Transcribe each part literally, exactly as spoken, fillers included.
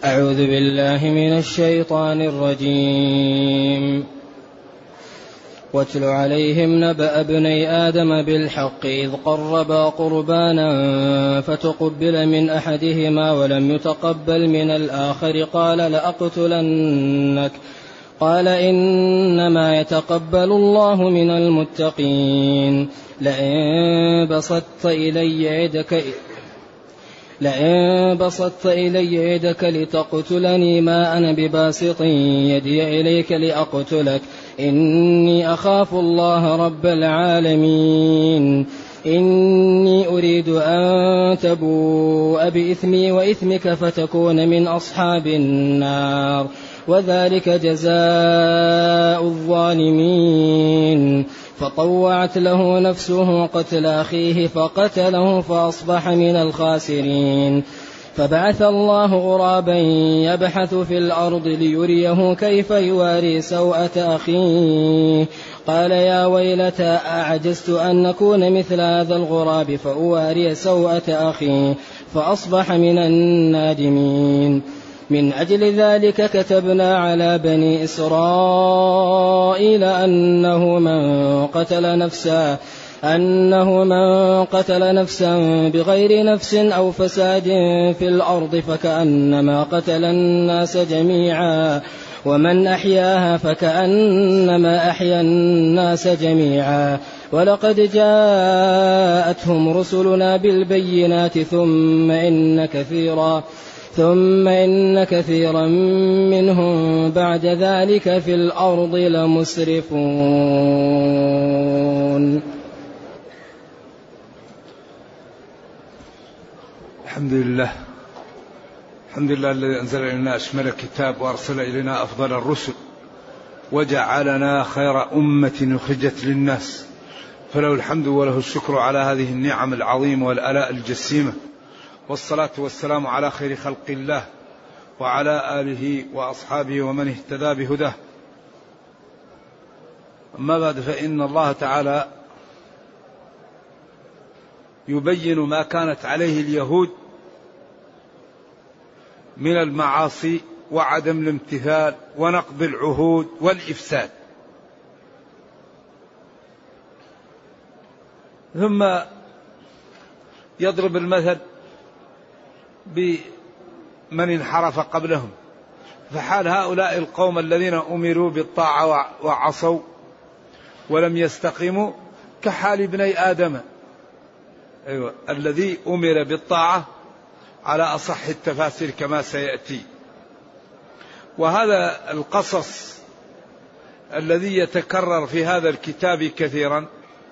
أعوذ بالله من الشيطان الرجيم. واتل عليهم نبأ ابني آدم بالحق إذ قربا قربانا فتقبل من أحدهما ولم يتقبل من الآخر قال لأقتلنك قال إنما يتقبل الله من المتقين لئن بسطت إلي يدك لئن بسطت إلي يدك لتقتلني ما أنا بباسط يدي إليك لأقتلك إني أخاف الله رب العالمين إني أريد أن تبوء بإثمي وإثمك فتكون من أصحاب النار وذلك جزاء الظالمين. فطوعت له نفسه قتل أخيه فقتله فأصبح من الخاسرين. فبعث الله غرابا يبحث في الأرض ليريه كيف يواري سوءة أخيه قال يا ويلتى أعجزت أن نكون مثل هذا الغراب فأواري سوءة أخي فأصبح من النادمين. من أجل ذلك كتبنا على بني إسرائيل أنه من قتل نفسا أنه من قتل نفسا بغير نفس أو فساد في الأرض فكأنما قتل الناس جميعا ومن أحياها فكأنما أحيا الناس جميعا ولقد جاءتهم رسلنا بالبينات ثم إن كثيرا ثم إن كثيرا منهم بعد ذلك في الأرض لمسرفون. الحمد لله الحمد لله الذي أنزل إلينا أشمل الكتاب وأرسل إلينا أفضل الرسل وجعلنا خير أمة أخرجت للناس فله الحمد وله الشكر على هذه النعم العظيمة والآلاء الجسيمة والصلاة والسلام على خير خلق الله وعلى آله وأصحابه ومن اهتدى بهداه. أما بعد فإن الله تعالى يبين ما كانت عليه اليهود من المعاصي وعدم الامتثال ونقض العهود والإفساد. ثم يضرب المثل بمن انحرف قبلهم فحال هؤلاء القوم الذين أمروا بالطاعة وعصوا ولم يستقيموا كحال ابني آدم أيوة الذي أمر بالطاعة على أصح التفاسير كما سيأتي. وهذا القصص الذي يتكرر في هذا الكتاب كثيرا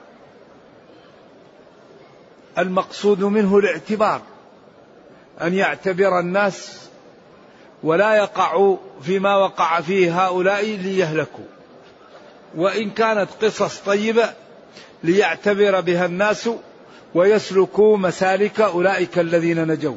المقصود منه الاعتبار أن يعتبر الناس ولا يقعوا فيما وقع فيه هؤلاء ليهلكوا، وإن كانت قصص طيبة ليعتبر بها الناس ويسلكوا مسالك أولئك الذين نجوا.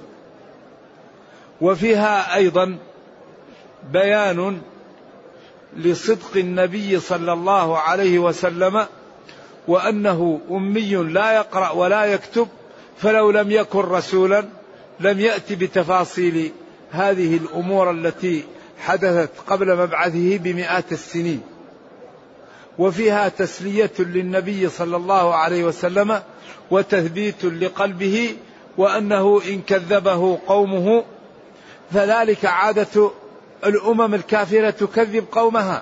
وفيها أيضا بيان لصدق النبي صلى الله عليه وسلم وأنه أمي لا يقرأ ولا يكتب، فلو لم يكن رسولا لم يأتي بتفاصيل هذه الأمور التي حدثت قبل مبعثه بمئات السنين. وفيها تسلية للنبي صلى الله عليه وسلم وتثبيت لقلبه وأنه إن كذبه قومه فذلك عادة الأمم الكافرة تكذب قومها،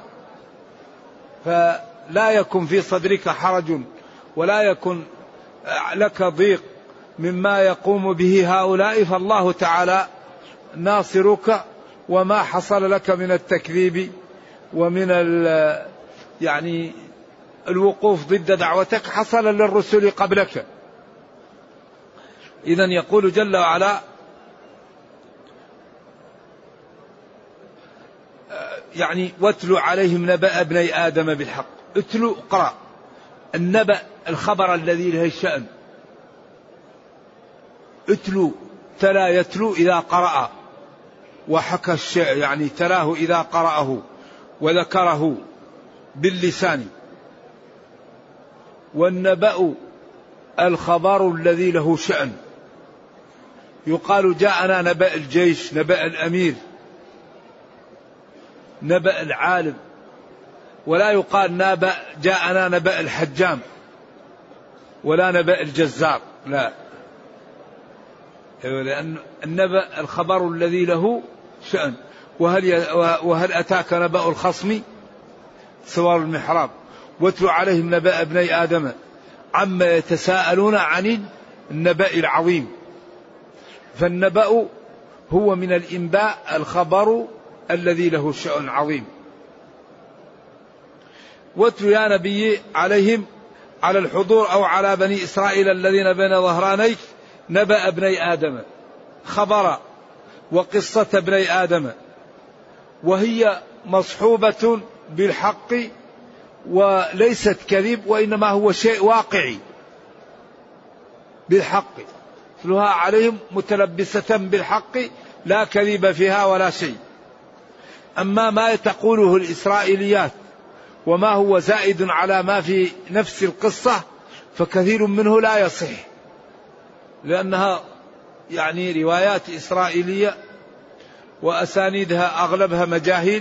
فلا يكن في صدرك حرج ولا يكن لك ضيق مما يقوم به هؤلاء، فالله تعالى ناصرك. وما حصل لك من التكذيب ومن يعني الوقوف ضد دعوتك حصل للرسل قبلك. إذن يقول جل وعلا يعني واتلو عليهم نبأ ابني آدم بالحق. اتلو اقرأ النبأ الخبر الذي له الشأن. اتلو تلا يتلو إذا قرأ وحكى الشيء يعني تلاه إذا قرأه وذكره باللسان. والنبأ الخبر الذي له شأن. يقال جاءنا نبأ الجيش نبأ الأمير نبأ العالم، ولا يقال نبأ جاءنا نبأ الحجام ولا نبأ الجزار، لا، لأن النبأ الخبر الذي له شأن. وهل, وهل أتاك نبأ الخصم سوار المحراب واتل عليهم نبأ ابني آدم عما يتساءلون عن النبأ العظيم. فالنبأ هو من الإنباء الخبر الذي له شأن عظيم. واتل يا نبي عليهم على الحضور أو على بني إسرائيل الذين بين ظهرانيك نبأ ابني آدم، خبر وقصة ابني آدم، وهي مصحوبة بالحق وليست كذب، وإنما هو شيء واقعي بالحق، تلها عليهم متلبسة بالحق لا كذب فيها ولا شيء. أما ما تقوله الإسرائيليات وما هو زائد على ما في نفس القصة فكثير منه لا يصح، لأنها يعني روايات إسرائيلية وأسانيدها أغلبها مجاهيل،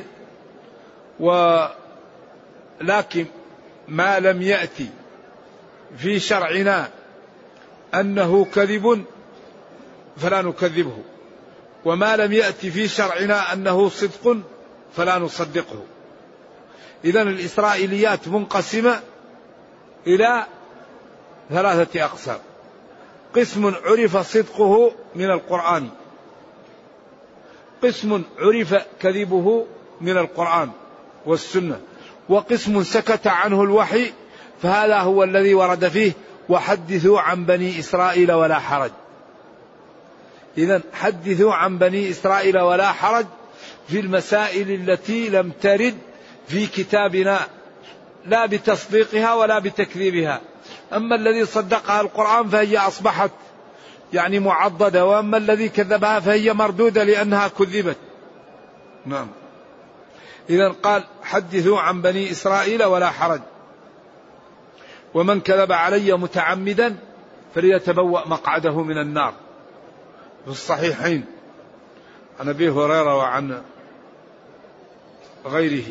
ولكن ما لم يأتي في شرعنا أنه كذب فلا نكذبه، وما لم يأتي في شرعنا أنه صدق فلا نصدقه. إذن الإسرائيليات منقسمة إلى ثلاثة أقسام: قسم عرف صدقه من القرآن، قسم عرف كذبه من القرآن والسنة، وقسم سكت عنه الوحي، فهذا هو الذي ورد فيه وحدثوا عن بني إسرائيل ولا حرج. إذن حدثوا عن بني إسرائيل ولا حرج في المسائل التي لم ترد في كتابنا لا بتصديقها ولا بتكذيبها. أما الذي صدقها القرآن فهي أصبحت يعني معضدة، وأما الذي كذبها فهي مردودة لأنها كذبت. نعم. إذن قال حدثوا عن بني إسرائيل ولا حرج، ومن كذب علي متعمدا فليتبوأ مقعده من النار. في الصحيحين عن أبي هريرة وعن غيره.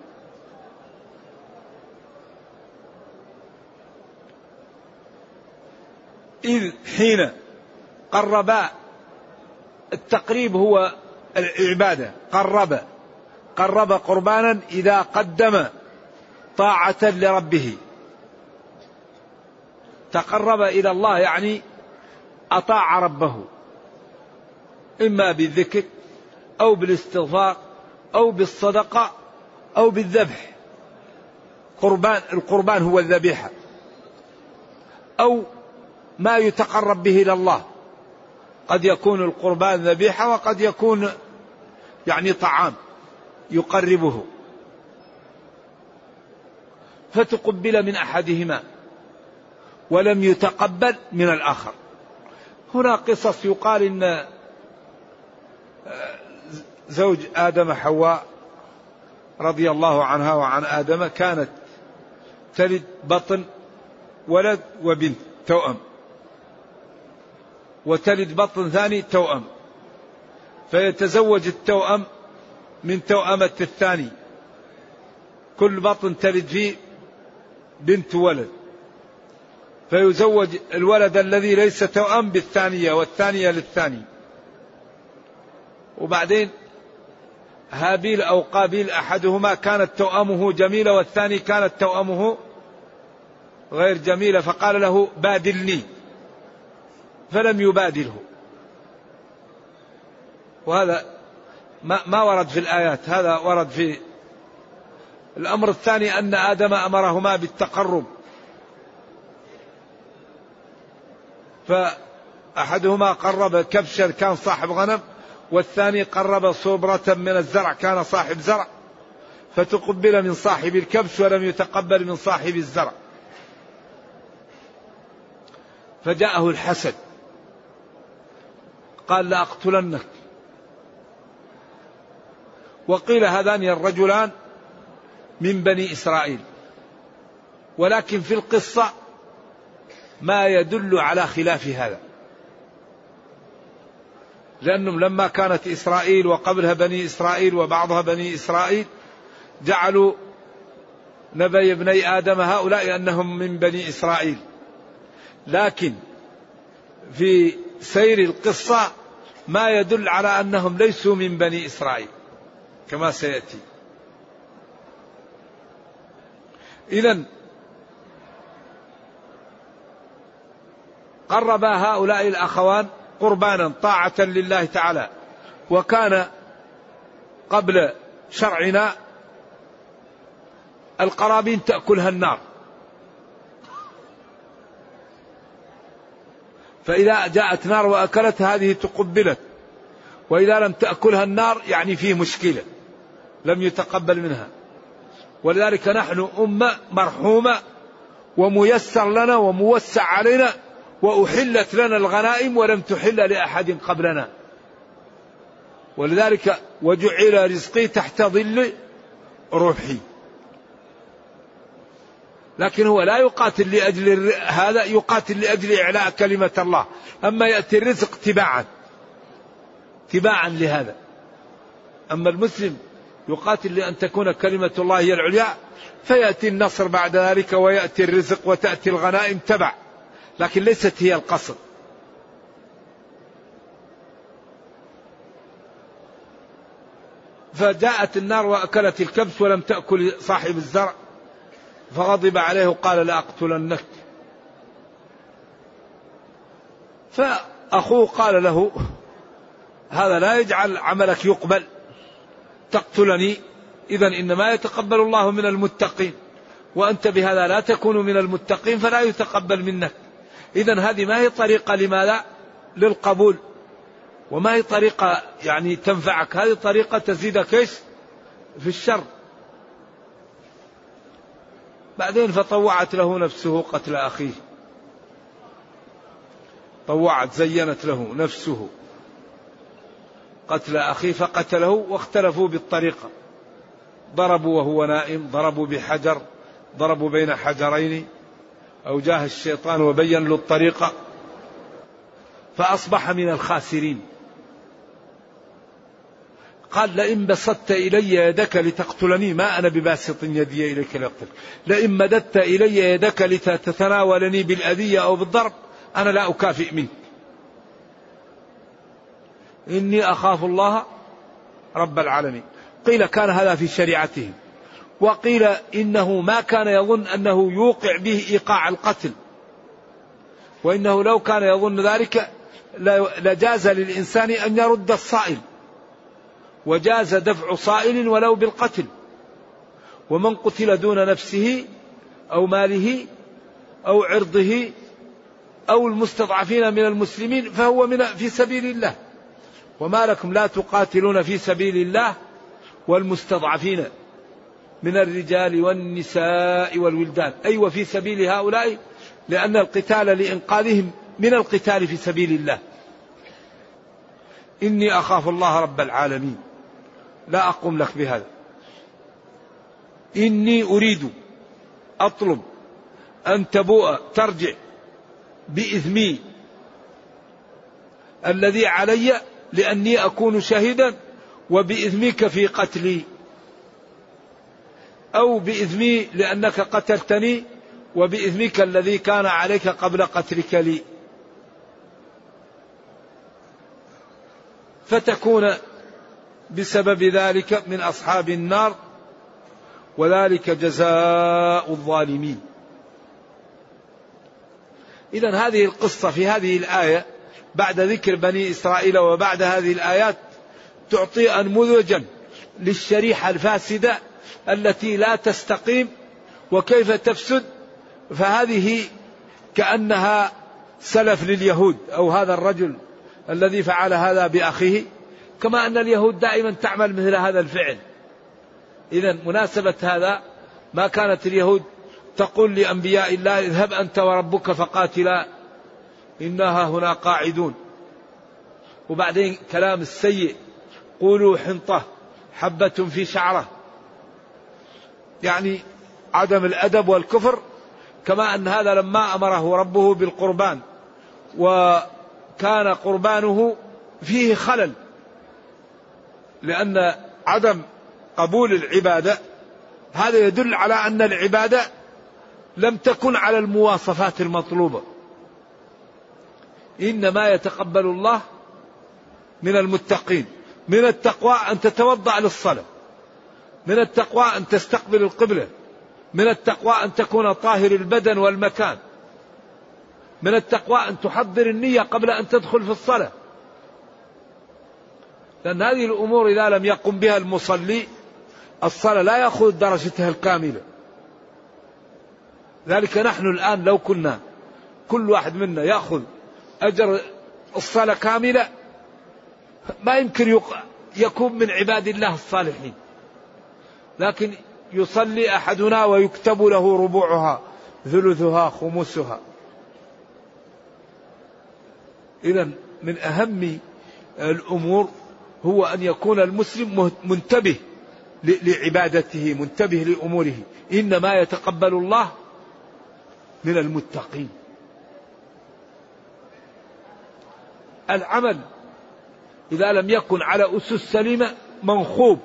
إذ حين قربا، التقريب هو العبادة، قرب قرب قربانا إذا قدم طاعة لربه، تقرب إلى الله يعني أطاع ربه، إما بالذكر أو بالاستغفار أو بالصدقة أو بالذبح. قربان، القربان هو الذبيحة، أو ما يتقرب به إلى الله. قد يكون القربان ذبيحة وقد يكون يعني طعام يقربه. فتقبل من أحدهما ولم يتقبل من الآخر. هنا قصص يقال إن زوج آدم حواء رضي الله عنها وعن آدم كانت تلد بطن ولد وبنت توأم، وتلد بطن ثاني توأم، فيتزوج التوأم من توأمة الثاني، كل بطن تلد فيه بنت ولد، فيزوج الولد الذي ليس توأم بالثانية والثانية للثاني. وبعدين هابيل أو قابيل أحدهما كانت توأمه جميلة والثاني كانت توأمه غير جميلة، فقال له بادلني، فلم يبادله. وهذا ما, ما ورد في الآيات، هذا ورد في الأمر الثاني أن آدم أمرهما بالتقرب، فأحدهما قرب كبشا كان صاحب غنم، والثاني قرب صبرة من الزرع كان صاحب زرع، فتقبل من صاحب الكبش ولم يتقبل من صاحب الزرع، فجاءه الحسد قال لأقتلنك. وقيل هذان الرجلان من بني إسرائيل، ولكن في القصة ما يدل على خلاف هذا. لأنهم لما كانت إسرائيل وقبلها بني إسرائيل وبعضها بني إسرائيل جعلوا نبي ابني آدم هؤلاء أنهم من بني إسرائيل، لكن في سير القصة ما يدل على أنهم ليسوا من بني إسرائيل كما سيأتي. إذن قرب هؤلاء الأخوان قربانا طاعة لله تعالى، وكان قبل شرعنا القرابين تأكلها النار، فإذا جاءت نار وأكلت هذه تقبلت، وإذا لم تأكلها النار يعني فيه مشكلة لم يتقبل منها. ولذلك نحن أمة مرحومة وميسر لنا وموسع علينا، وأحلت لنا الغنائم ولم تحل لأحد قبلنا. ولذلك وجعل رزقي تحت ظل روحي. لكن هو لا يقاتل لأجل هذا، يقاتل لأجل إعلاء كلمة الله. أما يأتي الرزق تباعا تباعا لهذا. أما المسلم يقاتل لأن تكون كلمة الله هي العليا، فيأتي النصر بعد ذلك ويأتي الرزق وتأتي الغنائم تبع، لكن ليست هي القصد. فجاءت النار وأكلت الكبش ولم تأكل صاحب الزرع، فغضب عليه وقال لأقتلنك. فأخوه قال له هذا لا يجعل عملك يقبل، تقتلني إذن إنما يتقبل الله من المتقين، وأنت بهذا لا تكون من المتقين فلا يتقبل منك. إذن هذه ما هي طريقة لماذا؟ للقبول، وما هي طريقة يعني تنفعك، هذه طريقة تزيدك ايش؟ في الشر. بعدين فطوعت له نفسه قتل أخيه، طوعت زينت له نفسه قتل أخيه فقتله، واختلفوا بالطريقة، ضربوا وهو نائم، ضربوا بحجر، ضربوا بين حجرين، أو جاه الشيطان وبين له الطريقة، فأصبح من الخاسرين. قال لئن بسطت إلي يدك لتقتلني ما أنا بباسط يدي إليك لأقتلك، لئن مددت إلي يدك لتتناولني بالأذية أو بالضرب أنا لا أكافئ منك، إني أخاف الله رب العالمين. قيل كان هذا في شريعتهم، وقيل إنه ما كان يظن أنه يوقع به إيقاع القتل، وإنه لو كان يظن ذلك لجاز للإنسان أن يرد الصائل، وجاز دفع صائل ولو بالقتل. ومن قتل دون نفسه أو ماله أو عرضه أو المستضعفين من المسلمين فهو من في سبيل الله. وما لكم لا تقاتلون في سبيل الله والمستضعفين من الرجال والنساء والولدان، أي أيوة وفي سبيل هؤلاء، لأن القتال لإنقاذهم من القتال في سبيل الله. إني أخاف الله رب العالمين، لا أقوم لك بهذا. إني أريد أطلب أن تبوء ترجع بإثمي الذي علي لأني أكون شهيدا، وبإثمك في قتلي، أو بإثمي لأنك قتلتني وبإثمك الذي كان عليك قبل قتلك لي، فتكون بسبب ذلك من أصحاب النار، وذلك جزاء الظالمين. إذن هذه القصة في هذه الآية بعد ذكر بني إسرائيل وبعد هذه الآيات تعطي أنموذجا للشريحة الفاسدة التي لا تستقيم وكيف تفسد. فهذه كأنها سلف لليهود، أو هذا الرجل الذي فعل هذا بأخيه، كما أن اليهود دائما تعمل مثل هذا الفعل. إذن مناسبة هذا ما كانت اليهود تقول لأنبياء الله اذهب أنت وربك فقاتلا إنها هنا قاعدون، وبعدين كلام السيء قولوا حنطة حبة في شعرة، يعني عدم الأدب والكفر. كما أن هذا لما أمره ربه بالقربان وكان قربانه فيه خلل، لأن عدم قبول العبادة هذا يدل على أن العبادة لم تكن على المواصفات المطلوبة. إنما يتقبل الله من المتقين. من التقوى أن تتوضأ للصلاة، من التقوى أن تستقبل القبلة، من التقوى أن تكون طاهر البدن والمكان، من التقوى أن تحضر النية قبل أن تدخل في الصلاة، لأن هذه الأمور إذا لم يقم بها المصلي الصلاة لا يأخذ درجتها الكاملة. ذلك نحن الآن لو كنا كل واحد منا يأخذ أجر الصلاة كاملة ما يمكن يكون من عباد الله الصالحين، لكن يصلي أحدنا ويكتب له ربوعها ثلثها خمسها. إذن من أهم الأمور هو أن يكون المسلم منتبه لعبادته، منتبه لأموره. إنما يتقبل الله من المتقين. العمل إذا لم يكن على أسس سليمة منخوب،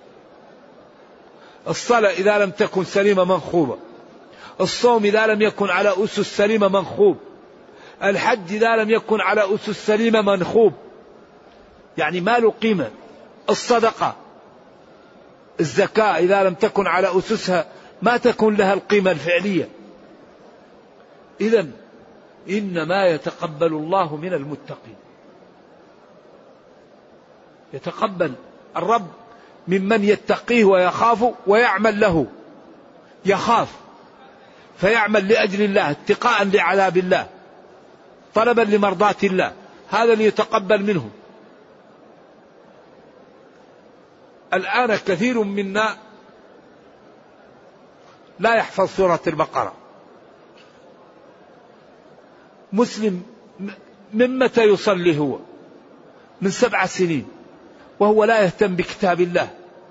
الصلاة إذا لم تكن سليمة منخوبة، الصوم إذا لم يكن على أسس سليمة منخوب، الحج إذا لم يكن على أسس سليمة منخوب، يعني ما له قيمة. الصدقة الزكاة إذا لم تكن على أسسها ما تكون لها القيمة الفعلية. إذن إنما يتقبل الله من المتقين. يتقبل الرب ممن يتقيه ويخاف ويعمل له، يخاف فيعمل لأجل الله، اتقاء لعذاب الله، طلبا لمرضاة الله، هذا اللي يتقبل منه. الآن كثير منا لا يحفظ سورة البقرة. مسلم من متى يصلي هو؟ من سبع سنين وهو لا يهتم بكتاب الله.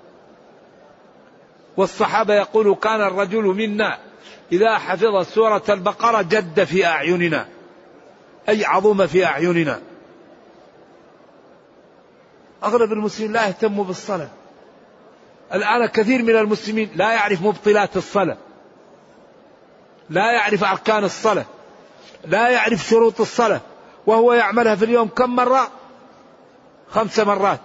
والصحابة يقولوا كان الرجل منا إذا حفظ سورة البقرة جد في أعيننا، أي عظم في أعيننا. أغلب المسلمين لا يهتموا بالصلاة. الآن كثير من المسلمين لا يعرف مبطلات الصلاة، لا يعرف أركان الصلاة، لا يعرف شروط الصلاة، وهو يعملها في اليوم كم مرة؟ خمس مرات.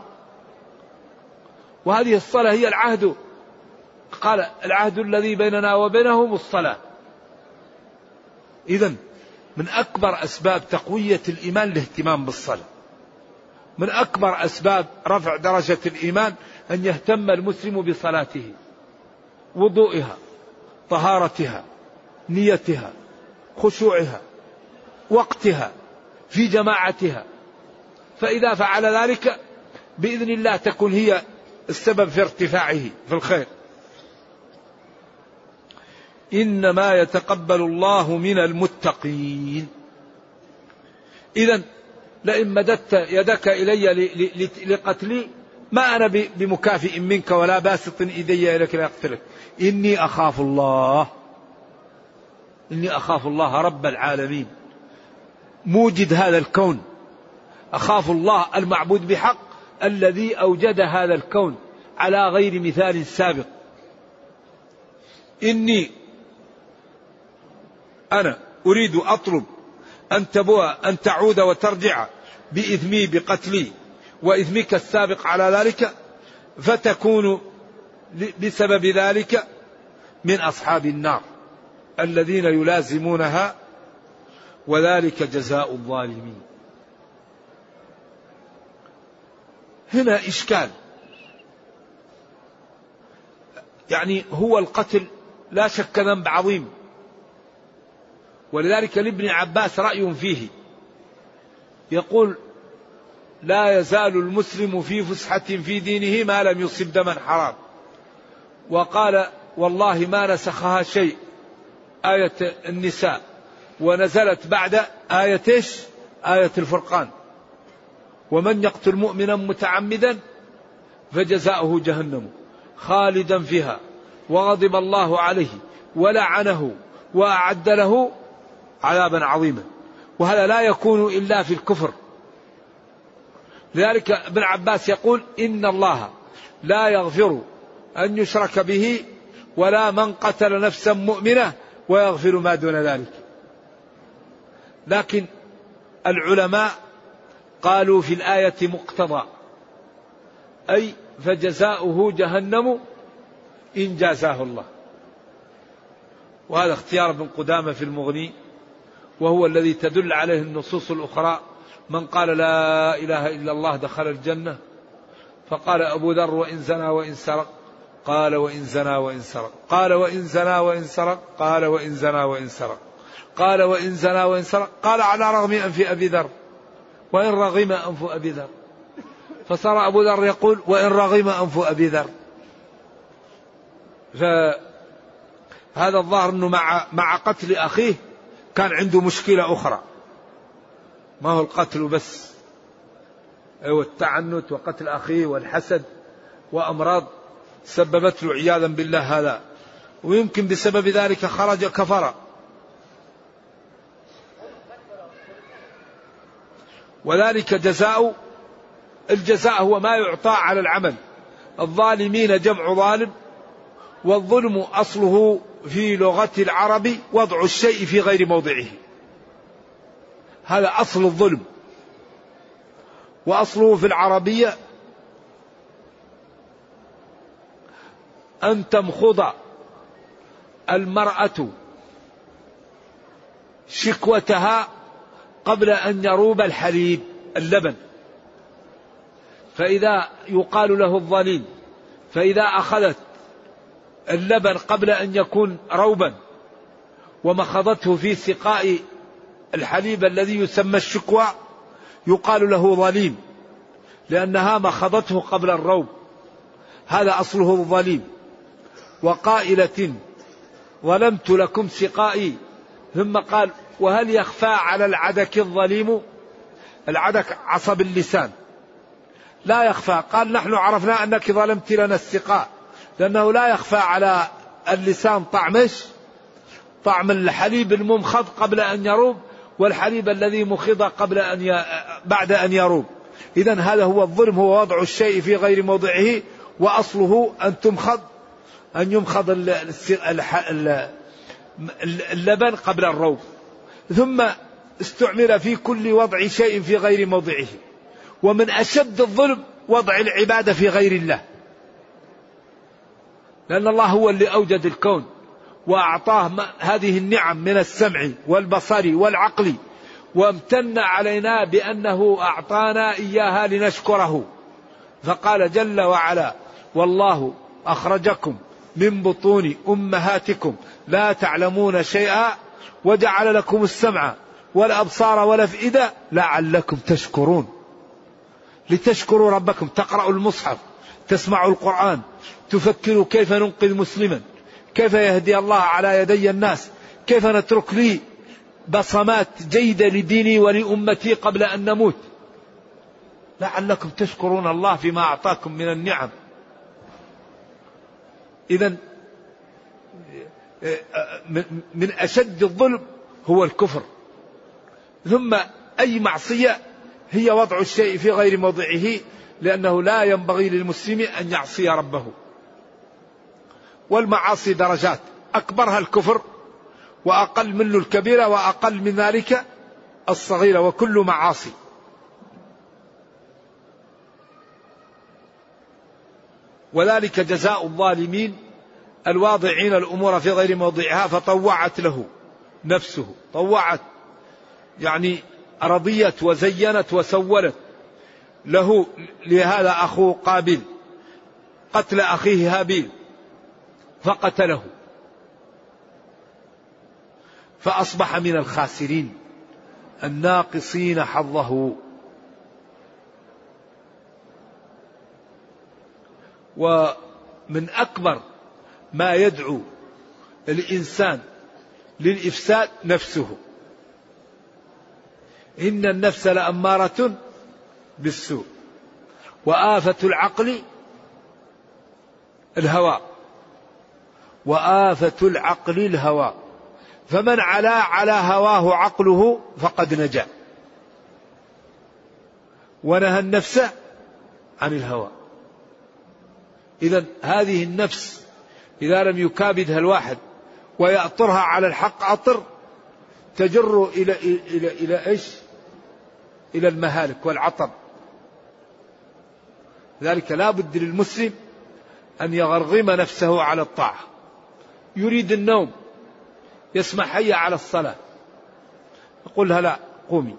وهذه الصلاة هي العهد، قال العهد الذي بيننا وبينهم الصلاة. إذن من أكبر أسباب تقوية الإيمان الاهتمام بالصلاة. من أكبر أسباب رفع درجة الإيمان أن يهتم المسلم بصلاته، وضوئها، طهارتها، نيتها، خشوعها، وقتها، في جماعتها. فإذا فعل ذلك بإذن الله تكون هي السبب في ارتفاعه في الخير. إنما يتقبل الله من المتقين. إذن لئن مددت يدك إلي لقتلي ما أنا بمكافئ منك ولا باسط إيدي إليك لأقتلك، إني أخاف الله. إني أخاف الله رب العالمين موجد هذا الكون. أخاف الله المعبود بحق الذي أوجد هذا الكون على غير مثال سابق. إني أنا أريد أطلب أن تبوء أن تعود وترجع بإثمي بقتلي وإثمك السابق على ذلك، فتكون بسبب ذلك من أصحاب النار الذين يلازمونها، وذلك جزاء الظالمين. هنا إشكال، يعني هو القتل لا شك ذنب عظيم، ولذلك لابن عباس رأي فيه يقول لا يزال المسلم في فسحة في دينه ما لم يصب دما حرام. وقال والله ما نسخها شيء آية النساء، ونزلت بعد آية إيش؟ آية الفرقان. ومن يقتل مؤمنا متعمدا فجزاؤه جهنم خالدا فيها وغضب الله عليه ولعنه وأعد له عذابا عظيما. وهذا لا يكون إلا في الكفر. لذلك ابن عباس يقول إن الله لا يغفر أن يشرك به ولا من قتل نفسا مؤمنة ويغفر ما دون ذلك. لكن العلماء قالوا في الآية مقتضى، أي فجزاؤه جهنم إن جازاه الله. وهذا اختيار ابن قدامة في المغني، وهو الذي تدل عليه النصوص الأخرى. من قال لا إله إلا الله دخل الجنة. فقال أبو ذر وإن زنى وإن سرق، قال وإن زنى وإن سرق، قال وإن زنى وإن سرق، قال وإن زنى وإن سرق، قال وإن زنى وإن سرق، قال على رغم أنف أبي ذر وإن رغم أنف أبي ذر. فصار أبو ذر يقول وإن رغم أنف أبي ذر. فهذا الظاهر أنه مع مع قتل أخيه كان عنده مشكلة أخرى، ما هو القتل بس، أيوة التعنت وقتل أخيه والحسد وأمراض سببت له عياذا بالله هذا، ويمكن بسبب ذلك خرج كفر. وذلك جزاء، الجزاء هو ما يعطى على العمل. الظالمين جمع ظالم، والظلم أصله في لغة العرب وضع الشيء في غير موضعه، هذا أصل الظلم. وأصله في العربية أن تمخض المرأة شكوتها قبل أن يروب الحليب اللبن، فإذا يقال له الظليم، فإذا أخذت اللبن قبل أن يكون روبا ومخضته في سقاء الحليب الذي يسمى الشكوى يقال له ظليم، لأنها مخضته قبل الروب، هذا أصله الظليم. وقائلة ظلمت لكم سقائي، ثم قال وهل يخفى على العدك الظليم؟ العدك عصب اللسان لا يخفى، قال نحن عرفنا أنك ظلمت لنا السقاء، لأنه لا يخفى على اللسان طعمش طعم الحليب الممخض قبل أن يروب، والحليب الذي مخض قبل أن ي... بعد أن يروب. إذن هذا هو الظلم، هو وضع الشيء في غير موضعه، وأصله أن تمخض أن يمخض اللبن قبل الروب. ثم استعمل في كل وضع شيء في غير موضعه. ومن أشد الظلم وضع العبادة في غير الله، لأن الله هو اللي أوجد الكون وأعطاه هذه النعم من السمع والبصر والعقل، وامتن علينا بأنه أعطانا إياها لنشكره. فقال جل وعلا والله أخرجكم من بطون أمهاتكم لا تعلمون شيئا وجعل لكم السمع والأبصار والأفئدة لعلكم تشكرون. لتشكروا ربكم، تقرأوا المصحف، تسمعوا القرآن، تفكروا كيف ننقذ مسلما، كيف يهدي الله على يدي الناس، كيف نترك لي بصمات جيدة لديني ولأمتي قبل أن نموت، لعلكم تشكرون الله فيما أعطاكم من النعم. إذن من أشد الظلم هو الكفر. ثم أي معصية هي وضع الشيء في غير موضعه، لأنه لا ينبغي للمسلم أن يعصي ربه. والمعاصي درجات، أكبرها الكفر، وأقل منه الكبيرة، وأقل من ذلك الصغيرة، وكل معاصي. وذلك جزاء الظالمين الواضعين الأمور في غير موضعها فطوعت له نفسه، طوعت يعني رضيت وزينت وسولت له لهذا أخوه قابيل قتل أخيه هابيل فقتله، فأصبح من الخاسرين الناقصين حظه. ومن أكبر ما يدعو الإنسان للإفساد نفسه، إن النفس لأمارة بالسوء، وآفة العقل الهوى، وآفة العقل الهوى، فمن علا على هواه عقله فقد نجا. ونهى النفس عن الهوى. إذن هذه النفس إذا لم يكابدها الواحد ويأطرها على الحق أطر تجر إلى إلى إلى إيش؟ إلى المهالك والعطب. ذلك لا بد للمسلم أن يغرغم نفسه على الطاعة. يريد النوم يسمع حي على الصلاة يقول لها لا قومي.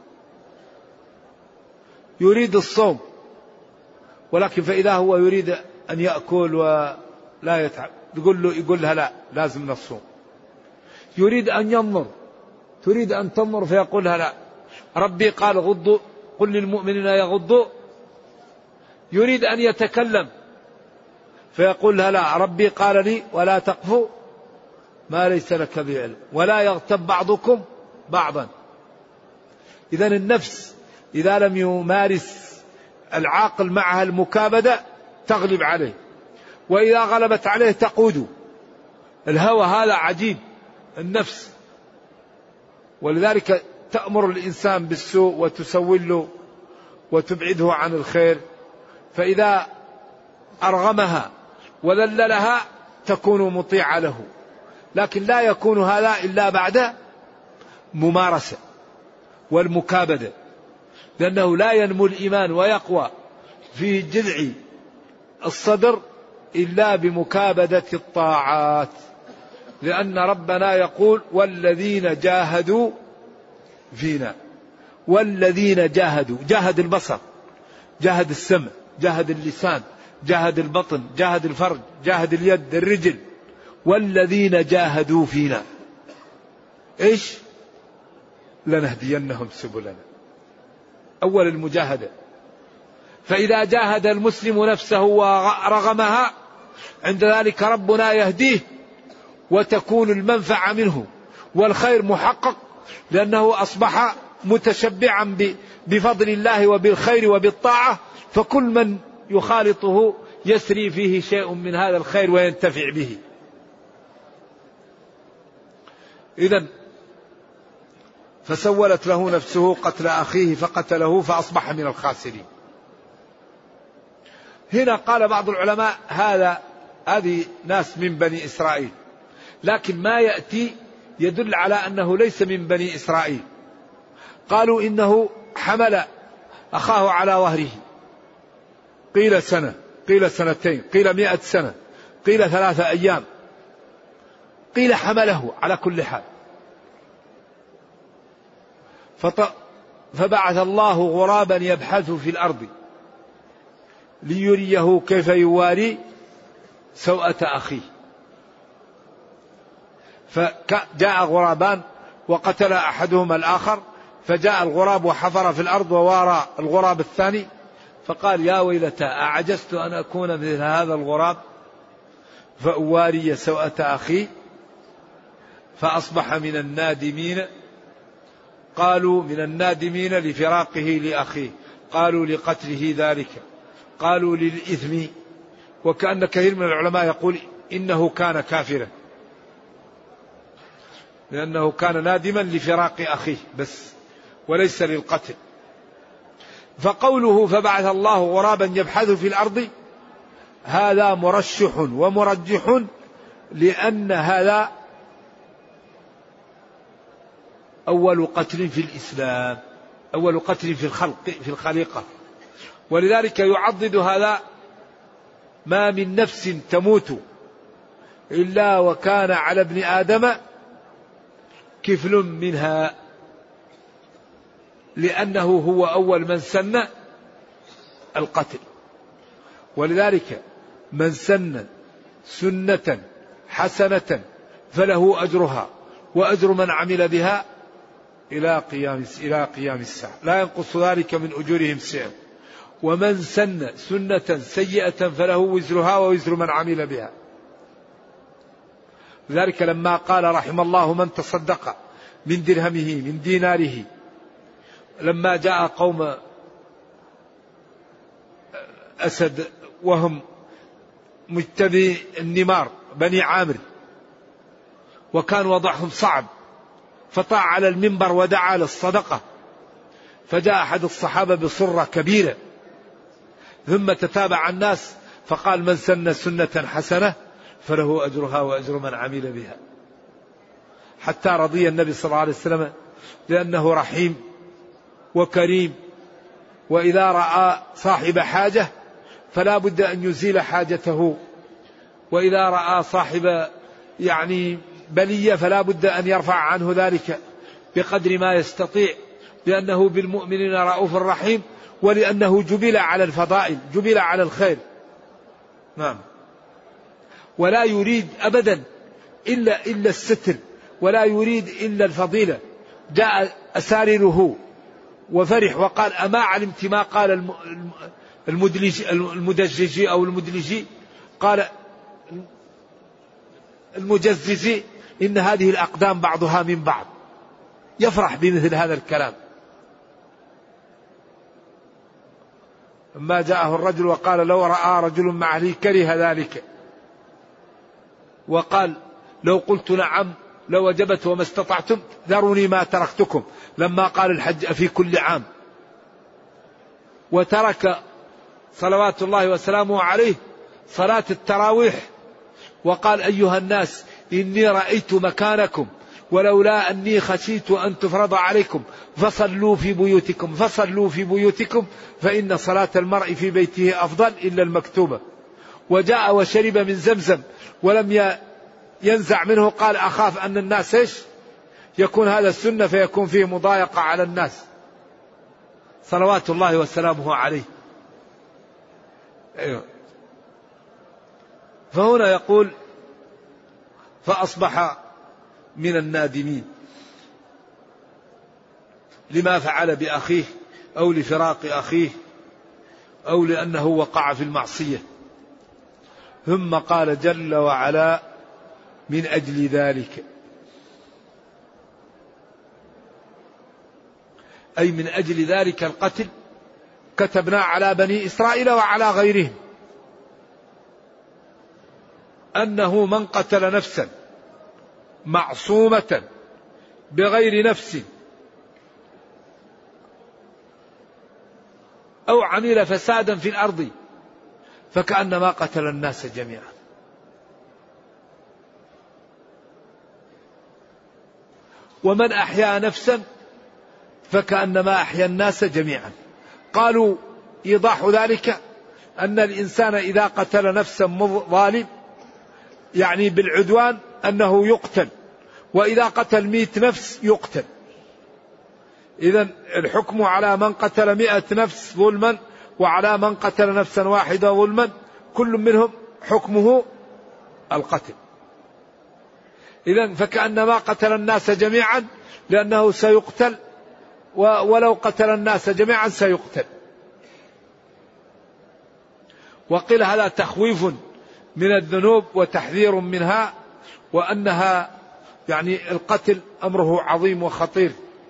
يريد الصوم ولكن فإذا هو يريد أن يأكل ولا يتعب يقول له يقول لها لا لازم نصوم. يريد أن ينظر تريد أن تنظر فيقول لها لا ربي قال غضوا قل للمؤمنين يغضوا. يريد أن يتكلم فيقول لها لا ربي قال لي ولا تقف ما ليس لك بعلم ولا يغتب بعضكم بعضا. إذن النفس إذا لم يمارس العاقل معها المكابدة تغلب عليه، وإذا غلبت عليه تقود. الهوى هذا عجيب النفس، ولذلك تأمر الإنسان بالسوء وتسول له وتبعده عن الخير، فإذا أرغمها وذللها تكون مطيعة له. لكن لا يكون هذا إلا بعد ممارسة والمكابدة، لأنه لا ينمو الإيمان ويقوى في جذع الصدر إلا بمكابدة الطاعات. لأن ربنا يقول والذين جاهدوا فينا. والذين جاهدوا، جاهد البصر، جاهد السمع، جاهد اللسان، جاهد البطن، جاهد الفرج، جاهد اليد الرجل. والذين جاهدوا فينا إيش؟ لنهدينهم سبلنا. أول المجاهدة. فإذا جاهد المسلم نفسه ورغمها عند ذلك ربنا يهديه وتكون المنفعة منه والخير محقق، لأنه أصبح متشبعا بفضل الله وبالخير وبالطاعة، فكل من يخالطه يسري فيه شيء من هذا الخير وينتفع به. إذن فسولت له نفسه قتل أخيه فقتله فأصبح من الخاسرين. هنا قال بعض العلماء هذا هذه ناس من بني إسرائيل، لكن ما يأتي يدل على أنه ليس من بني إسرائيل. قالوا إنه حمل أخاه على ظهره، قيل سنة، قيل سنتين، قيل مئة سنة، قيل ثلاثة أيام، قيل حمله على كل حال. فبعث الله غرابا يبحث في الأرض ليريه كيف يواري سوءة أخيه. فجاء غرابان وقتل أحدهما الآخر، فجاء الغراب وحفر في الأرض ووارى الغراب الثاني، فقال يا ويلتى أعجزت أن أكون مثل هذا الغراب فأواري سوءة أخي، فأصبح من النادمين. قالوا من النادمين لفراقه لأخيه، قالوا لقتله ذلك، قالوا للإثم. وكأن كثير من العلماء يقول إنه كان كافرا، لأنه كان نادما لفراق أخيه بس وليس للقتل. فقوله فبعث الله غرابا يبحث في الأرض هذا مرشح ومرجح، لأن هذا أول قتل في الإسلام، أول قتل في الخلق في الخليقة. ولذلك يعضد هذا ما من نفس تموت إلا وكان على ابن آدم كفل منها، لأنه هو أول من سن القتل. ولذلك من سن سنة حسنة فله أجرها وأجر من عمل بها إلى قيام إلى قيام الساعة، لا ينقص ذلك من أجورهم شيئا. ومن سن سنة سيئة فله وزرها ووزر من عمل بها. لذلك لما قال رحم الله من تصدق من درهمه من ديناره، لما جاء قوم أسد وهم مجتبي النمار بني عامر وكان وضعهم صعب، فطاع على المنبر ودعا للصدقة، فجاء أحد الصحابة بصرة كبيرة ثم تتابع الناس فقال: من سن سنة حسنة فله أجرها وأجر من عمل بها. حتى رضي النبي صلى الله عليه وسلم لأنه رحيم وكريم، وإذا رأى صاحب حاجة فلا بد أن يزيل حاجته، وإذا رأى صاحب يعني بلية فلا بد أن يرفع عنه ذلك بقدر ما يستطيع، لأنه بالمؤمنين رؤوف رحيم، ولأنه جبل على الفضائل، جبل على الخير. نعم. ولا يريد أبدا إلا إلا الستر، ولا يريد إلا الفضيلة. جاء أسارره وفرح وقال: أما علمت ما قال المدلجي المدججي أو المدلجي، قال المجززي: إن هذه الأقدام بعضها من بعض. يفرح بمثل هذا الكلام. لما جاءه الرجل وقال: لو رأى رجل مع أهله كره ذلك، وقال: لو قلت نعم لوجبت وما استطعتم ذروني ما تركتكم. لما قال الحج في كل عام، وترك صلوات الله وسلامه عليه صلاة التراويح، وقال: أيها الناس إني رأيت مكانكم ولولا أني خشيت أن تفرض عليكم فصلوا في بيوتكم فصلوا في بيوتكم فإن صلاة المرء في بيته أفضل إلا المكتوبة. وجاء وشرب من زمزم ولم ينزع منه، قال: أخاف أن الناس إيش يكون هذا السنة فيكون فيه مضايقة على الناس، صلوات الله وسلامه عليه. أيوه. فهنا يقول: فأصبح من النادمين لما فعل بأخيه أو لفراق أخيه أو لأنه وقع في المعصية. ثم قال جل وعلا: من أجل ذلك، أي من أجل ذلك القتل كتبنا على بني إسرائيل وعلى غيرهم أنه من قتل نفسا معصومة بغير نفس أو عمل فسادا في الأرض فكأنما قتل الناس جميعا. ومن أحيا نفسا فكأنما أحيا الناس جميعا. قالوا إيضاح ذلك أن الإنسان إذا قتل نفسا ظالم يعني بالعدوان أنه يقتل، وإذا قتل مئة نفس يقتل. إذن الحكم على من قتل مئة نفس ظلما وعلى من قتل نفسا واحدة ظلما كل منهم حكمه القتل. إذن فكأنما قتل الناس جميعا لأنه سيقتل، ولو قتل الناس جميعا سيقتل. وقيل هذا تخويف من الذنوب وتحذير منها، وأنها يعني القتل أمره عظيم وخطير.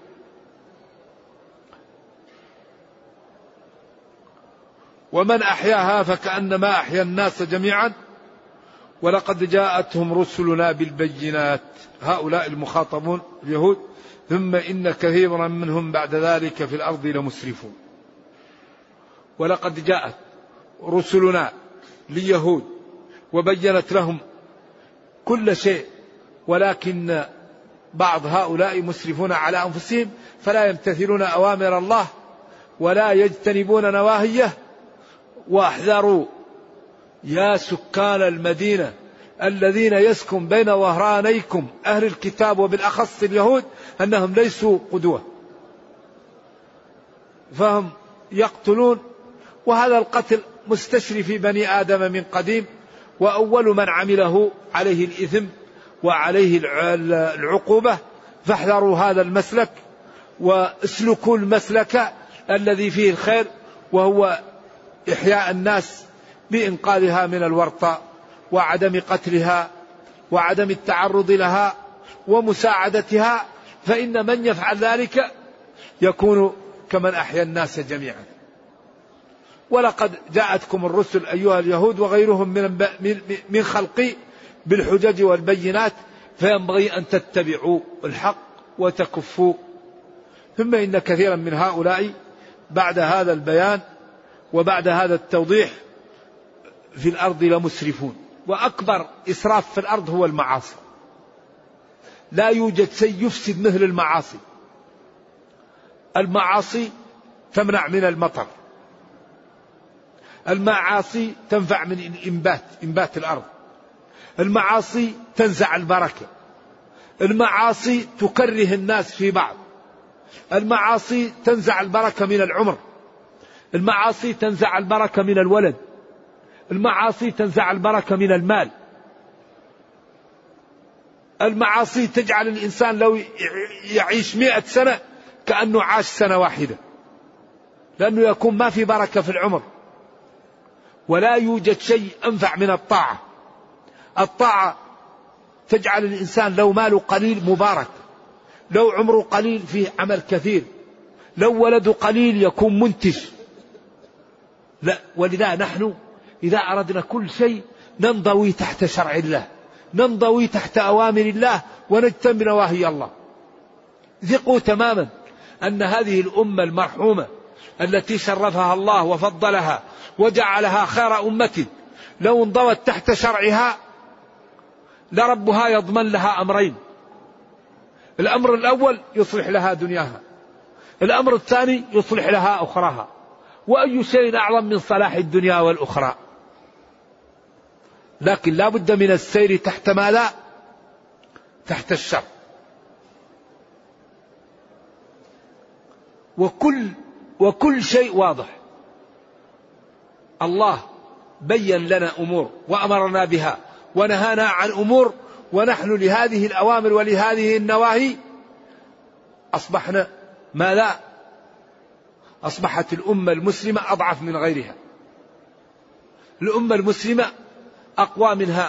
ومن أحياها فكأنما أحيا الناس جميعا ولقد جاءتهم رسلنا بالبينات، هؤلاء المخاطبون اليهود، ثم إن كثيرا منهم بعد ذلك في الأرض لمسرفون. ولقد جاءت رسلنا لليهود وبينت لهم كل شيء، ولكن بعض هؤلاء مسرفون على أنفسهم فلا يمتثلون أوامر الله ولا يجتنبون نواهيه. واحذروا يا سكان المدينة الذين يسكن بين ظهرانيكم أهل الكتاب وبالأخص اليهود أنهم ليسوا قدوة، فهم يقتلون، وهذا القتل مستشري في بني آدم من قديم، وأول من عمله عليه الإثم وعليه العقوبة. فاحذروا هذا المسلك واسلكوا المسلك الذي فيه الخير، وهو إحياء الناس بإنقاذها من الورطة وعدم قتلها وعدم التعرض لها ومساعدتها، فإن من يفعل ذلك يكون كمن أحيا الناس جميعا. ولقد جاءتكم الرسل أيها اليهود وغيرهم من من خلقي بالحجج والبينات، فينبغي أن تتبعوا الحق وتكفوا ثم إن كثيرا من هؤلاء بعد هذا البيان وبعد هذا التوضيح في الأرض لمسرفون. وأكبر إسراف في الأرض هو المعاصي. لا يوجد شيء يفسد مثل المعاصي. المعاصي تمنع من المطر، المعاصي تنفع من الإنبات، إنبات الأرض، المعاصي تنزع البركة، المعاصي تكره الناس في بعض، المعاصي تنزع البركة من العمر، المعاصي تنزع البركة من الولد، المعاصي تنزع البركة من المال، المعاصي تجعل الإنسان لو يعيش مئة سنة كأنه عاش سنة واحدة، لأنه يكون ما في بركة في العمر. ولا يوجد شيء أنفع من الطاعة. الطاعة تجعل الإنسان لو ماله قليل مبارك، لو عمره قليل فيه عمل كثير، لو ولده قليل يكون منتج. لا، ولذا نحن إذا أردنا كل شيء ننضوي تحت شرع الله، ننضوي تحت أوامر الله ونجتنب نواهي الله. ثقوا تماما أن هذه الأمة المرحومة التي شرفها الله وفضلها وجعلها خير أمة لو انضوت تحت شرعها لربها يضمن لها أمرين: الأمر الأول يصلح لها دنياها، الأمر الثاني يصلح لها أخراها. وأي شيء أعظم من صلاح الدنيا والأخرى؟ لكن لا بد من السير تحت ماذا؟ تحت الشر. وكل وكل شيء واضح. الله بين لنا أمور وأمرنا بها ونهانا عن أمور، ونحن لهذه الأوامر ولهذه النواهي أصبحنا ماذا؟ أصبحت الأمة المسلمة أضعف من غيرها. الأمة المسلمة أقوى منها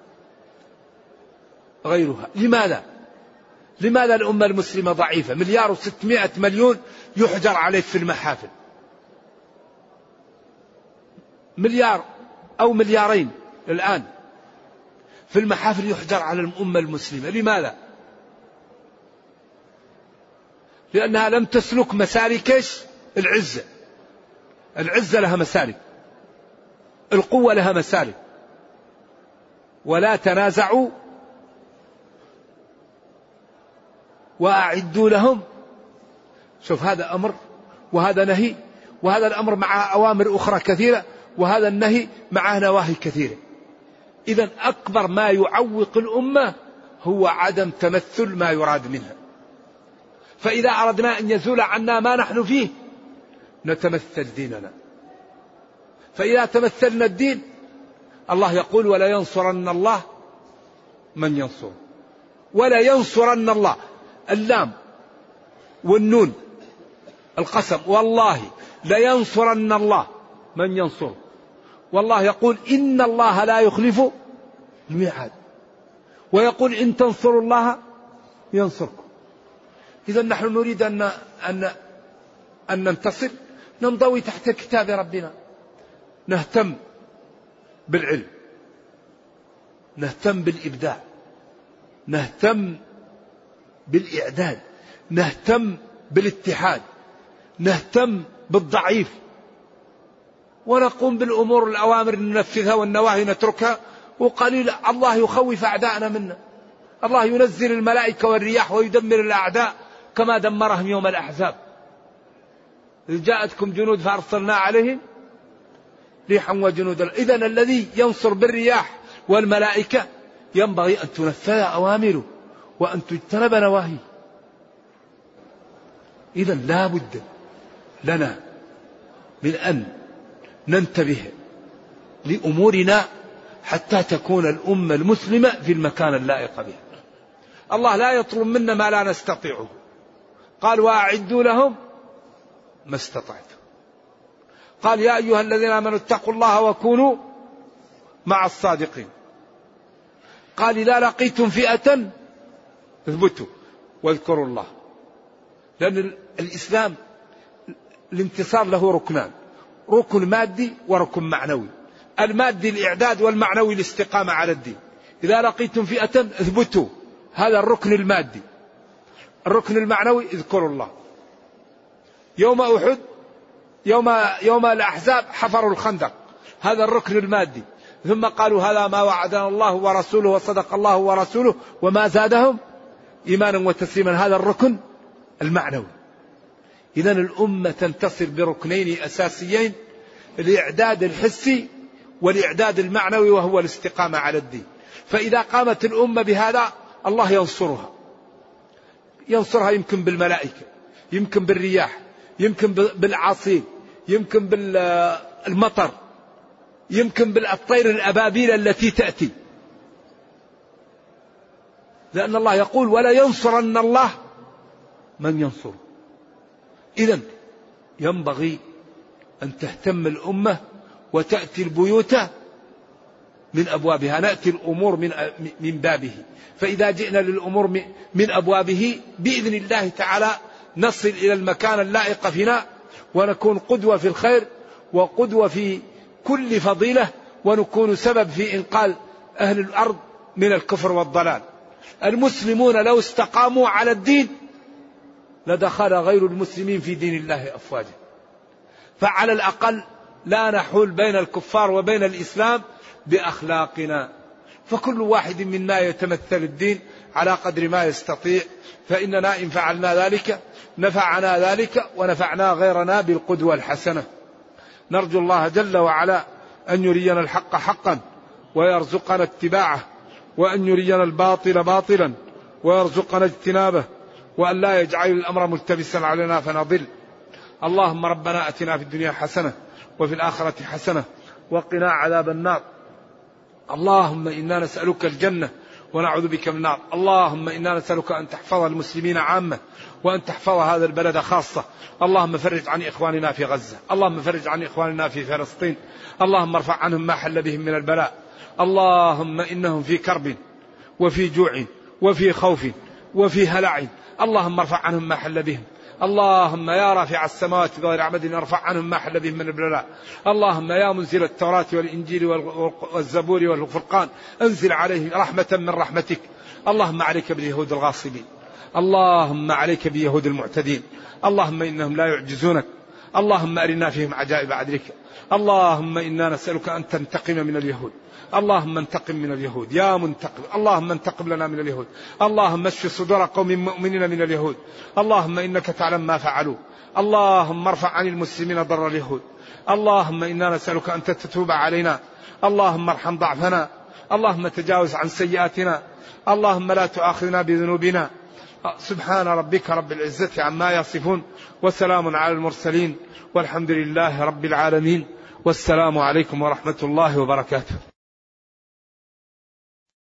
غيرها. لماذا؟ لماذا الأمة المسلمة ضعيفة؟ مليار وستمائة مليون يحجر عليه في المحافل، مليار أو مليارين الآن في المحافل يحجر على الأمة المسلمة. لماذا؟ لأنها لم تسلك مسالك العزة. العزة لها مسالك، القوة لها مسالك. ولا تنازعوا وأعدوا لهم. شوف، هذا أمر وهذا نهي، وهذا الأمر مع أوامر أخرى كثيرة، وهذا النهي معه نواهي كثيرة. إذن أكبر ما يعوق الأمة هو عدم تمثل ما يراد منها. فإذا أردنا أن يزول عنا ما نحن فيه نتمثل ديننا. فإذا تمثلنا الدين، الله يقول: ولا ينصرن الله من ينصر. ولا ينصرن الله، اللام والنون القسم، والله لا ينصرن الله من ينصر. والله يقول: إن الله لا يخلف الميعاد. ويقول: إن تنصروا الله ينصركم. إذا نحن نريد أن أن أن ننتصر، ننضوي تحت كتاب ربنا، نهتم بالعلم، نهتم بالإبداع، نهتم بالإعداد، نهتم بالاتحاد، نهتم بالضعيف، ونقوم بالأمور الأوامر ننفذها والنواهي نتركها. وقليل الله يخوف أعداءنا منا. الله ينزل الملائكة والرياح ويدمر الأعداء كما دمرهم يوم الأحزاب. إذ جاءتكم جنود فأرسلنا عليهم ريحا وجنودا. إذن الذي ينصر بالرياح والملائكة ينبغي أن تنفذ أوامره وأن تجتنب نواهيه. إذن لا بد لنا من أن ننتبه لأمورنا حتى تكون الأمة المسلمة في المكان اللائق بها. الله لا يطلب منا ما لا نستطيعه. قال: وأعدوا لهم ما استطعتم. قال: يا أيها الذين آمنوا اتقوا الله وكونوا مع الصادقين. قال: إذا لقيتم فئة اثبتوا واذكروا الله. لأن الإسلام الانتصار له ركنان: ركن مادي وركن معنوي. المادي الإعداد والمعنوي الاستقامة على الدين. إذا لقيتم فئة اثبتوا، هذا الركن المادي. الركن المعنوي اذكروا الله. يوم أحد يوم يوم الأحزاب حفروا الخندق، هذا الركن المادي، ثم قالوا هذا ما وعدنا الله ورسوله وصدق الله ورسوله وما زادهم إيمانا وتسليما، هذا الركن المعنوي. إذن الأمة تنتصر بركنين أساسيين، الإعداد الحسي والإعداد المعنوي وهو الاستقامة على الدين. فإذا قامت الأمة بهذا الله ينصرها، ينصرها يمكن بالملائكة، يمكن بالرياح، يمكن بالعاصين، يمكن بالمطر، يمكن بالطير الأبابيل التي تأتي، لأن الله يقول ولا ينصرن الله من ينصره. إذن ينبغي أن تهتم الأمة وتأتي البيوت من أبوابها، نأتي الأمور من من بابه. فإذا جئنا للأمور من أبوابه بإذن الله تعالى نصل إلى المكان اللائق فينا، ونكون قدوة في الخير وقدوة في كل فضيلة، ونكون سبب في إنقاذ أهل الأرض من الكفر والضلال. المسلمون لو استقاموا على الدين لدخل غير المسلمين في دين الله أفواجا. فعلى الأقل لا نحول بين الكفار وبين الإسلام بأخلاقنا، فكل واحد منا يتمثل الدين على قدر ما يستطيع، فإننا إن فعلنا ذلك نفعنا ذلك ونفعنا غيرنا بالقدوة الحسنة. نرجو الله جل وعلا أن يرينا الحق حقا ويرزقنا اتباعه، وأن يرينا الباطل باطلا ويرزقنا اجتنابه، وأن لا يجعل الأمر ملتبسا علينا فنضل. اللهم ربنا أتنا في الدنيا حسنة وفي الآخرة حسنة وقنا عذاب النار. اللهم إنا نسألك الجنة ونعوذ بك من النار. اللهم إنا نسألك أن تحفظ المسلمين عامة وأن تحفظ هذا البلد خاصة. اللهم فرج عن إخواننا في غزة، اللهم فرج عن إخواننا في فلسطين، اللهم ارفع عنهم ما حل بهم من البلاء. اللهم إنهم في كرب وفي جوع وفي خوف وفي هلع، اللهم ارفع عنهم ما حل بهم. اللهم يا رافع السماوات بغير عمد ارفع عنهم ما حل بهم من البلاء. اللهم يا منزل التوراة والإنجيل والزبور والفرقان انزل عليهم رحمة من رحمتك. اللهم عليك باليهود الغاصبين، اللهم عليك باليهود المعتدين، اللهم إنهم لا يعجزونك. اللهم أرنا فيهم عجائب عدلك. اللهم إنا نسألك أن تنتقم من اليهود، اللهم انتقم من اليهود يا منتقم، اللهم انتقم لنا من اليهود. اللهم اشف صدور قوم مؤمنين من اليهود، اللهم إنك تعلم ما فعلوا. اللهم ارفع عن المسلمين ضر اليهود. اللهم إنا نسألك أن تتوب علينا، اللهم ارحم ضعفنا، اللهم تجاوز عن سيئاتنا، اللهم لا تؤاخذنا بذنوبنا. سبحان ربك رب العزة عما يصفون وسلام على المرسلين والحمد لله رب العالمين، والسلام عليكم ورحمة الله وبركاته.